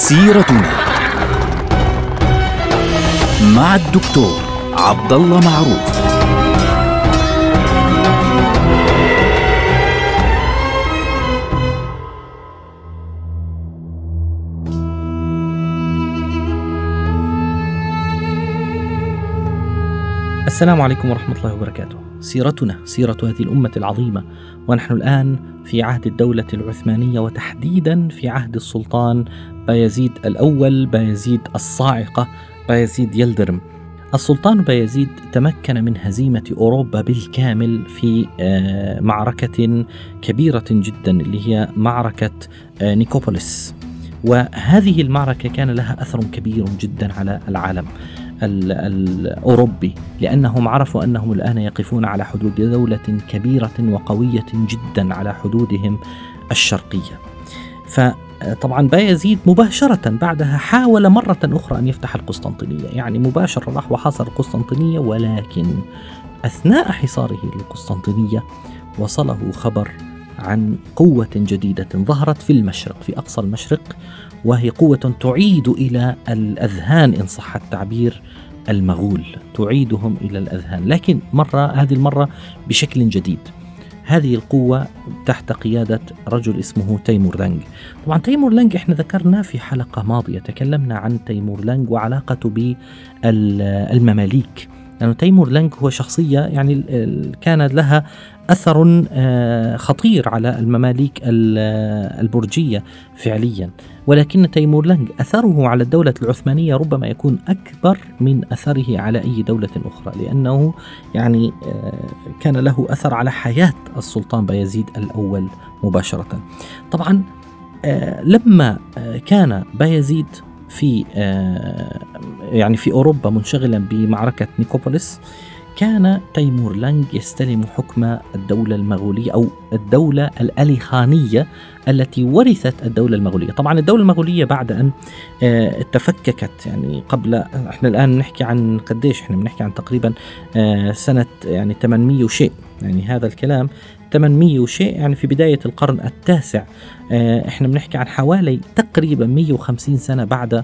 سيرتنا مع الدكتور عبد الله معروف. السلام عليكم ورحمة الله وبركاته. سيرتنا سيرة هذه الأمة العظيمة، ونحن الآن في عهد الدولة العثمانية، وتحديدا في عهد السلطان بايزيد الأول، بايزيد الصاعقة، بايزيد يلدرم. السلطان بايزيد تمكن من هزيمة أوروبا بالكامل في معركة كبيرة جدا اللي هي معركة نيكوبوليس، وهذه المعركة كان لها أثر كبير جدا على العالم الأوروبي، لأنهم عرفوا أنهم الآن يقفون على حدود دولة كبيرة وقوية جدا على حدودهم الشرقية. فطبعا بايزيد مباشرة بعدها حاول مرة أخرى أن يفتح القسطنطينية، يعني مباشرة راح وحاصر القسطنطينية، ولكن أثناء حصاره للقسطنطينية وصله خبر عن قوة جديدة ظهرت في المشرق، في أقصى المشرق، وهي قوة تعيد إلى الأذهان إن صح التعبير المغول، تعيدهم إلى الأذهان، لكن هذه المرة بشكل جديد. هذه القوة تحت قيادة رجل اسمه تيمور-لنج. طبعا تيمور-لنج احنا ذكرنا في حلقة ماضية، تكلمنا عن تيمور-لنج وعلاقته بالمماليك، لأنه تيمور-لنج هو شخصية يعني كان لها أثر خطير على المماليك البرجية فعليا، ولكن تيمور-لنج أثره على الدولة العثمانية ربما يكون أكبر من أثره على أي دولة أخرى، لأنه يعني كان له أثر على حياة السلطان بايزيد الأول مباشرة. طبعا لما كان بايزيد في أوروبا منشغلا بمعركة نيكوبوليس، كان تيمور-لنج يستلم حكم الدولة المغولية أو الدولة الأليخانية التي ورثت الدولة المغولية. طبعا الدولة المغولية بعد أن تفككت، يعني قبل، احنا الآن نحكي عن قديش، احنا بنحكي عن تقريبا سنة يعني 800 وشيء، يعني هذا الكلام 800 وشيء، يعني في بداية القرن التاسع. احنا بنحكي عن حوالي تقريبا 150 سنة بعد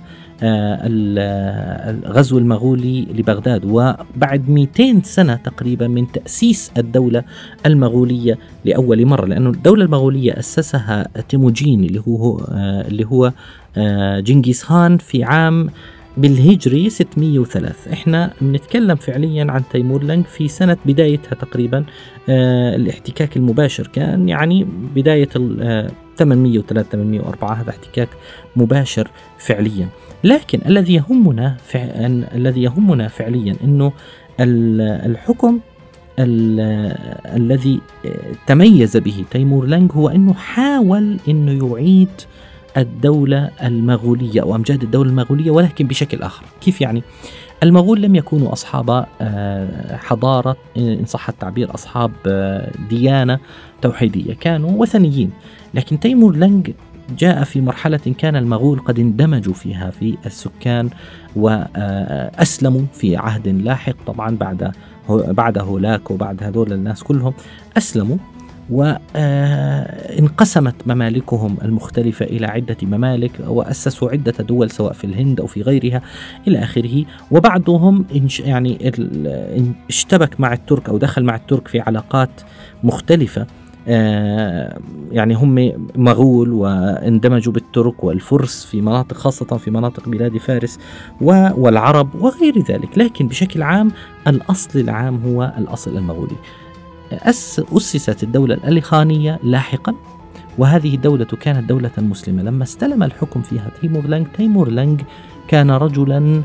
الغزو المغولي لبغداد، وبعد 200 سنة تقريبا من تأسيس الدولة المغولية لأول مرة، لأن الدولة المغولية أسسها تيموجين اللي هو جنكيز خان في عام بالهجري 603. احنا بنتكلم فعليا عن تيمور-لنج في سنة بدايتها تقريبا. الاحتكاك المباشر كان يعني بداية 803 804، هذا احتكاك مباشر فعليا. لكن الذي يهمنا فعليا انه الحكم الذي تميز به تيمور-لنج هو انه حاول انه يعيد الدولة المغولية أو أمجاد الدولة المغولية، ولكن بشكل آخر. كيف يعني؟ المغول لم يكونوا أصحاب حضارة إن صح التعبير، أصحاب ديانة توحيدية، كانوا وثنيين. لكن تيمور-لنج جاء في مرحلة كان المغول قد اندمجوا فيها في السكان وأسلموا في عهد لاحق، طبعا بعد هولاك وبعد هذول الناس كلهم أسلموا، وانقسمت ممالكهم المختلفة إلى عدة ممالك، وأسسوا عدة دول سواء في الهند أو في غيرها إلى آخره. وبعضهم يعني اشتبك مع الترك أو دخل مع الترك في علاقات مختلفة، يعني هم مغول واندمجوا بالترك والفرس في مناطق، خاصة في مناطق بلاد فارس والعرب وغير ذلك. لكن بشكل عام الأصل العام هو الأصل المغولي. أسست الدولة الأليخانية لاحقا، وهذه الدولة كانت دولة مسلمة. لما استلم الحكم فيها تيمور-لنج كان رجلا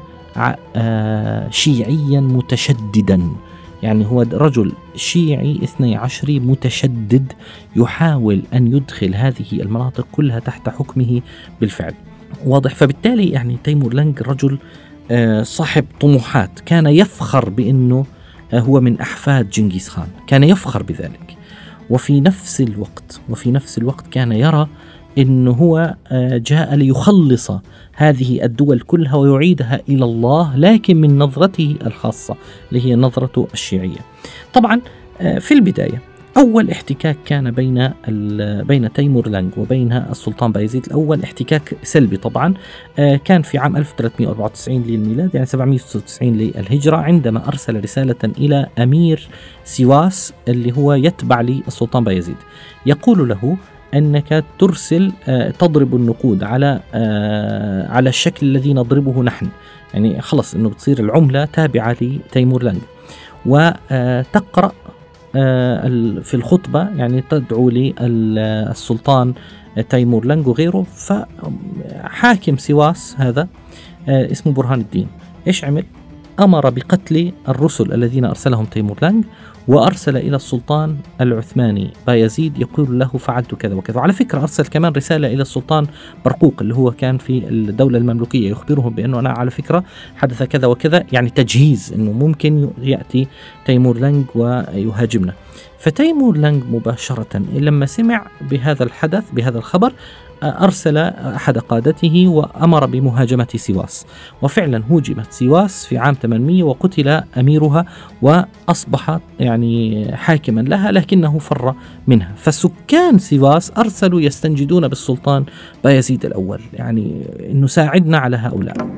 شيعيا متشددا، يعني هو رجل شيعي 12 متشدد يحاول أن يدخل هذه المناطق كلها تحت حكمه بالفعل، واضح. فبالتالي يعني تيمور-لنج رجل صاحب طموحات، كان يفخر بأنه هو من أحفاد جنكيز خان، كان يفخر بذلك. وفي نفس الوقت كان يرى أنه هو جاء ليخلص هذه الدول كلها ويعيدها إلى الله، لكن من نظرته الخاصة اللي هي نظرته الشيعية. طبعا في البداية أول احتكاك كان بين تيمور لانج وبين السلطان بايزيد الأول احتكاك سلبي طبعا. كان في عام 1394 للميلاد، يعني 796 للهجرة، عندما أرسل رسالة إلى أمير سيواس اللي هو يتبع للسلطان بايزيد، يقول له أنك ترسل تضرب النقود على الشكل الذي نضربه نحن، يعني خلص أنه بتصير العملة تابعة لتيمور لانج، وتقرأ في الخطبة يعني تدعو للسلطان تيمور لانج وغيره. فحاكم سيواس هذا اسمه برهان الدين إيش عمل؟ أمر بقتل الرسل الذين أرسلهم تيمور لانج، وأرسل إلى السلطان العثماني بايزيد يقول له فعلت كذا وكذا. وعلى فكرة أرسل كمان رسالة إلى السلطان برقوق اللي هو كان في الدولة المملوكية، يخبرهم بأنه أنا على فكرة حدث كذا وكذا، يعني تجهيز أنه ممكن يأتي تيمور لانج ويهاجمنا. فتيمور لانج مباشرة لما سمع بهذا الحدث بهذا الخبر أرسل أحد قادته وأمر بمهاجمة سيواس، وفعلا هوجمت سيواس في عام 800 وقتل أميرها وأصبح يعني حاكما لها، لكنه فر منها. فسكان سيواس أرسلوا يستنجدون بالسلطان بايزيد الأول، يعني إنه ساعدنا على هؤلاء.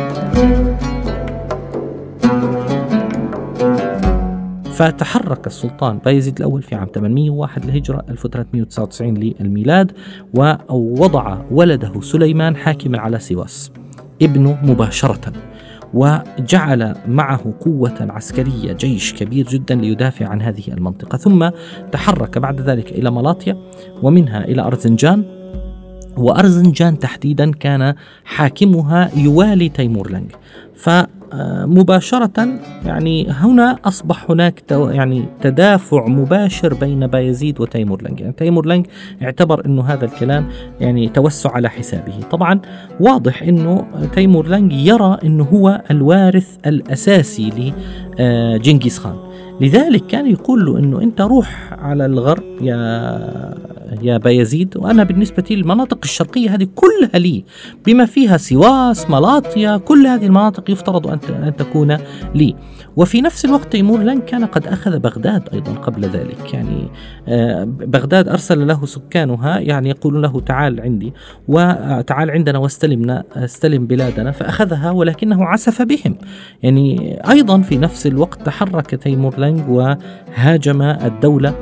فتحرك السلطان بايزيد الأول في عام 801 للهجرة 1399 للميلاد، ووضع ولده سليمان حاكما على سيواس ابنه مباشرة، وجعل معه قوة عسكرية جيش كبير جدا ليدافع عن هذه المنطقة. ثم تحرك بعد ذلك إلى ملاطيا ومنها إلى أرزنجان، وأرزنجان تحديدا كان حاكمها يوالي تيمور لانج. فمباشرة يعني هنا أصبح هناك يعني تدافع مباشر بين بايزيد وتيمور لانج. يعني تيمور لانج اعتبر أنه هذا الكلام يعني توسع على حسابه. طبعا واضح أنه تيمور لانج يرى أنه هو الوارث الأساسي لجنكيز خان، لذلك كان يقول له أنه أنت روح على الغرب يا بايزيد، وأنا بالنسبة للمناطق الشرقية هذه كلها لي، بما فيها سيواس ملاطيا، كل هذه المناطق يفترض أن تكون لي. وفي نفس الوقت تيمور لانج كان قد أخذ بغداد أيضا قبل ذلك، يعني بغداد أرسل له سكانها يعني يقولون له تعال عندي وتعال عندنا واستلمنا، استلم بلادنا، فأخذها ولكنه عسف بهم. يعني أيضا في نفس الوقت تحرك تيمور لانج وهاجم الدولة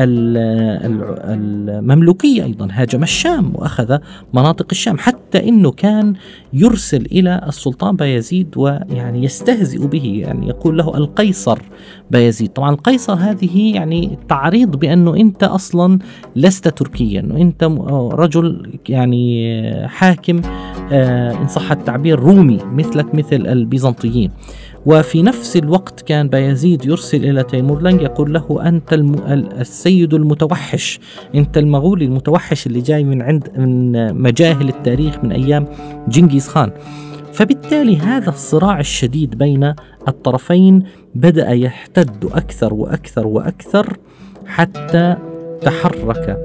المملوكية، أيضا هاجم الشام وأخذ مناطق الشام، حتى أنه كان يرسل إلى السلطان بايزيد ويعني يستهزئ به، يعني يقول له القيصر بايزيد. طبعا القيصر هذه يعني تعريض بأنه أنت أصلا لست تركيا، أنه أنت رجل يعني حاكم إن صح التعبير رومي مثلك مثل البيزنطيين. وفي نفس الوقت كان بايزيد يرسل إلى تيمور لانج يقول له أنت السيد المتوحش، أنت المغولي المتوحش اللي جاي من مجاهل التاريخ من أيام جنكيز خان. فبالتالي هذا الصراع الشديد بين الطرفين بدأ يحتد أكثر وأكثر وأكثر، حتى تحرك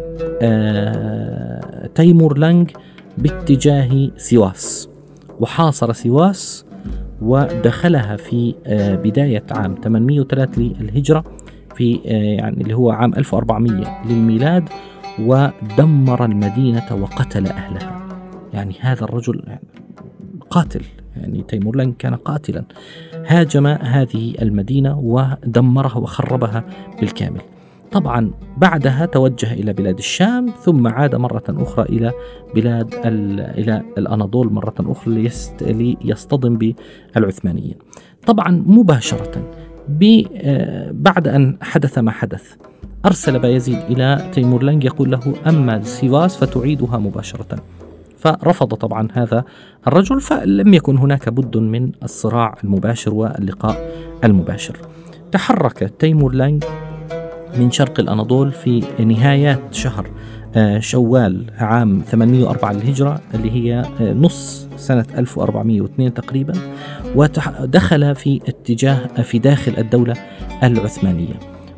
تيمور لانج باتجاه سيواس وحاصر سيواس ودخلها في بداية عام 803 للهجرة، في يعني اللي هو عام 1400 للميلاد، ودمر المدينة وقتل أهلها. يعني هذا الرجل قاتل، يعني تيمور لانج كان قاتلا، هاجم هذه المدينة ودمرها وخربها بالكامل. طبعا بعدها توجه إلى بلاد الشام، ثم عاد مرة أخرى إلى إلى الأناضول مرة أخرى ليصطدم بالعثمانيين. طبعا مباشرة بعد أن حدث ما حدث أرسل بايزيد إلى تيمور لانج يقول له أما سيواس فتعيدها مباشرة، فرفض طبعا هذا الرجل، فلم يكن هناك بد من الصراع المباشر واللقاء المباشر. تحرك تيمور لانج من شرق الأناضول في نهايات شهر شوال عام 804 للهجرة، اللي هي نص سنة 1402 تقريبا، ودخل في اتجاه في داخل الدولة العثمانية.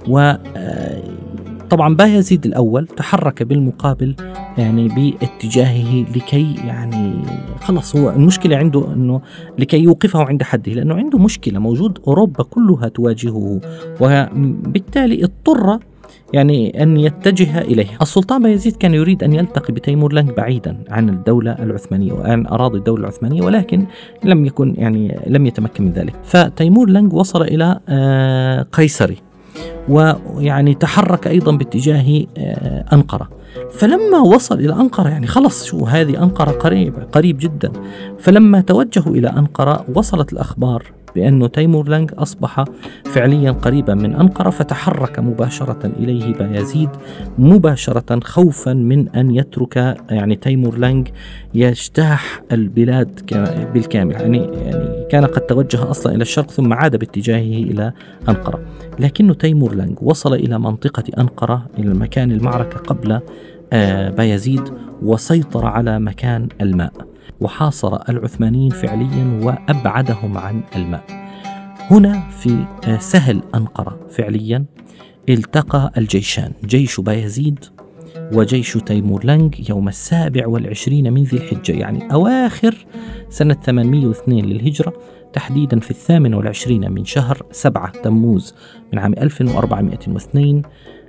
وطبعا بايزيد الأول تحرك بالمقابل يعني باتجاهه لكي يعني خلص هو المشكلة عنده أنه لكي يوقفه عند حده، لأنه عنده مشكلة موجود أوروبا كلها تواجهه، وبالتالي اضطر يعني أن يتجه إليه. السلطان بايزيد كان يريد أن يلتقي بتيمور لنج بعيدا عن الدولة العثمانية وعن أراضي الدولة العثمانية، ولكن لم يتمكن من ذلك. فتيمور لنج وصل إلى قيصري، ويعني تحرك أيضا باتجاه أنقرة. فلما وصل إلى أنقرة، يعني خلص شو هذه أنقرة قريب جدا، فلما توجهوا إلى أنقرة وصلت الأخبار بأن تيمور لنج أصبح فعليا قريبا من أنقرة، فتحرك مباشرة إليه بايزيد مباشرة، خوفا من أن يترك يعني تيمور لنج يجتاح البلاد بالكامل. يعني كان قد توجه أصلا إلى الشرق ثم عاد باتجاهه إلى أنقرة، لكن تيمور لنج وصل إلى منطقة أنقرة، إلى مكان المعركة قبل بايزيد، وسيطر على مكان الماء، وحاصر العثمانيين فعليا وأبعدهم عن الماء. هنا في سهل أنقرة فعليا التقى الجيشان، جيش بايزيد وجيش تيمور لنج، يوم 27 من ذي الحجة، يعني أواخر سنة 802 للهجرة، تحديدا في 28 من شهر 7 تموز من عام 1402.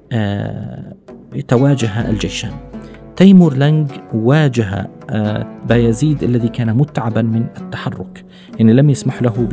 تواجه الجيشان. تيمور لنج واجه بايزيد الذي كان متعبا من التحرك، يعني لم يسمح له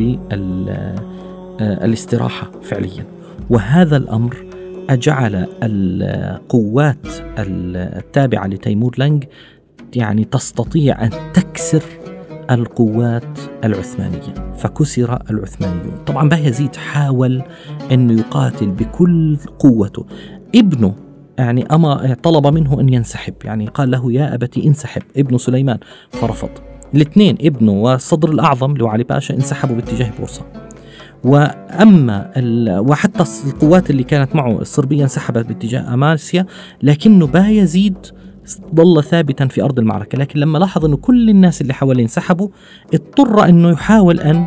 بالاستراحة فعليا، وهذا الأمر أجعل القوات التابعة لتيمور لنج يعني تستطيع أن تكسر القوات العثمانية، فكسر العثمانيون. طبعا بايزيد حاول أن يقاتل بكل قوته. ابنه يعني طلب منه أن ينسحب، يعني قال له يا أبتي انسحب، ابن سليمان، فرفض. الاثنين ابنه والصدر الأعظم لوعلي باشا انسحبوا باتجاه بورصة، وحتى القوات اللي كانت معه الصربية انسحبت باتجاه أماسيا، لكنه بايزيد ظل ثابتا في أرض المعركة. لكن لما لاحظ أنه كل الناس اللي حواليه انسحبوا، اضطر أنه يحاول أن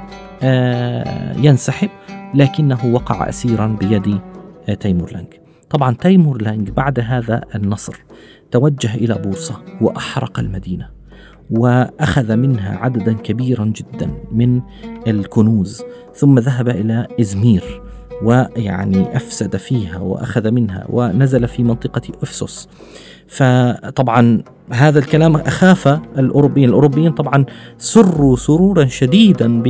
ينسحب، لكنه وقع أسيرا بيد تيمور لنج. طبعا تيمور لنج بعد هذا النصر توجه إلى بورصة وأحرق المدينة، وأخذ منها عددا كبيرا جدا من الكنوز، ثم ذهب إلى إزمير ويعني أفسد فيها وأخذ منها، ونزل في منطقة أفسس. فطبعا هذا الكلام أخاف الأوروبيين طبعا سروا سرورا شديدا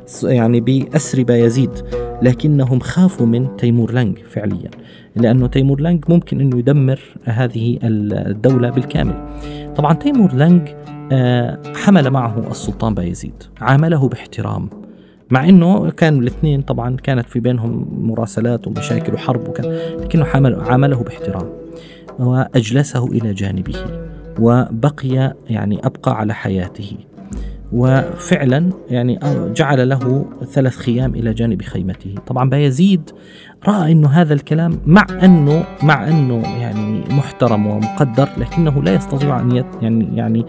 بأسر بايزيد، لكنهم خافوا من تيمور لنج فعليا، لأنه تيمور لنج ممكن أنه يدمر هذه الدولة بالكامل. طبعا تيمور لنج حمل معه السلطان بايزيد، عامله باحترام، مع أنه كانوا الاثنين طبعا كانت في بينهم مراسلات ومشاكل وحرب لكنه عامله باحترام، وأجلسه إلى جانبه، وبقي أبقى على حياته، وفعلا جعل له 3 خيام إلى جانب خيمته. طبعا بايزيد رأى أنه هذا الكلام مع أنه محترم ومقدر، لكنه لا يستطيع أن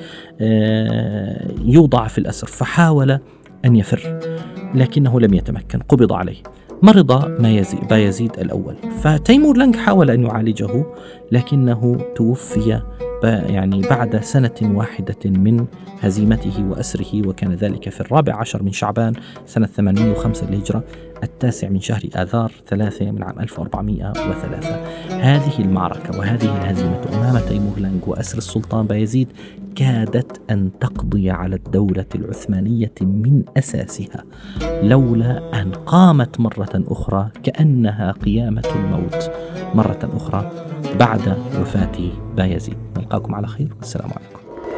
يوضع في الأسر، فحاول أن يفر لكنه لم يتمكن، قبض عليه. مرض بايزيد الأول، فتيمور لنج حاول أن يعالجه، لكنه توفي بعد 1 سنة من هزيمته وأسره، وكان ذلك في 14 من شعبان سنة 805 للهجرة، 9 من شهر آذار 3 من عام 1403. هذه المعركة وهذه الهزيمة أمام تيمور لنج وأسر السلطان بايزيد كادت أن تقضي على الدولة العثمانية من أساسها، لولا أن قامت مرة أخرى كأنها قيامة الموت مرة أخرى بعد وفاة بايزيد. نلقاكم على خير، والسلام عليكم.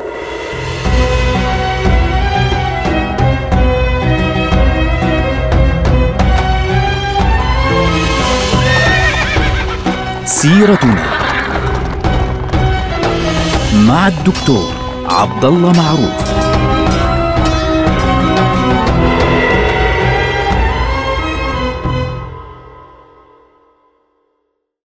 سيرتنا مع الدكتور عبد الله معروف.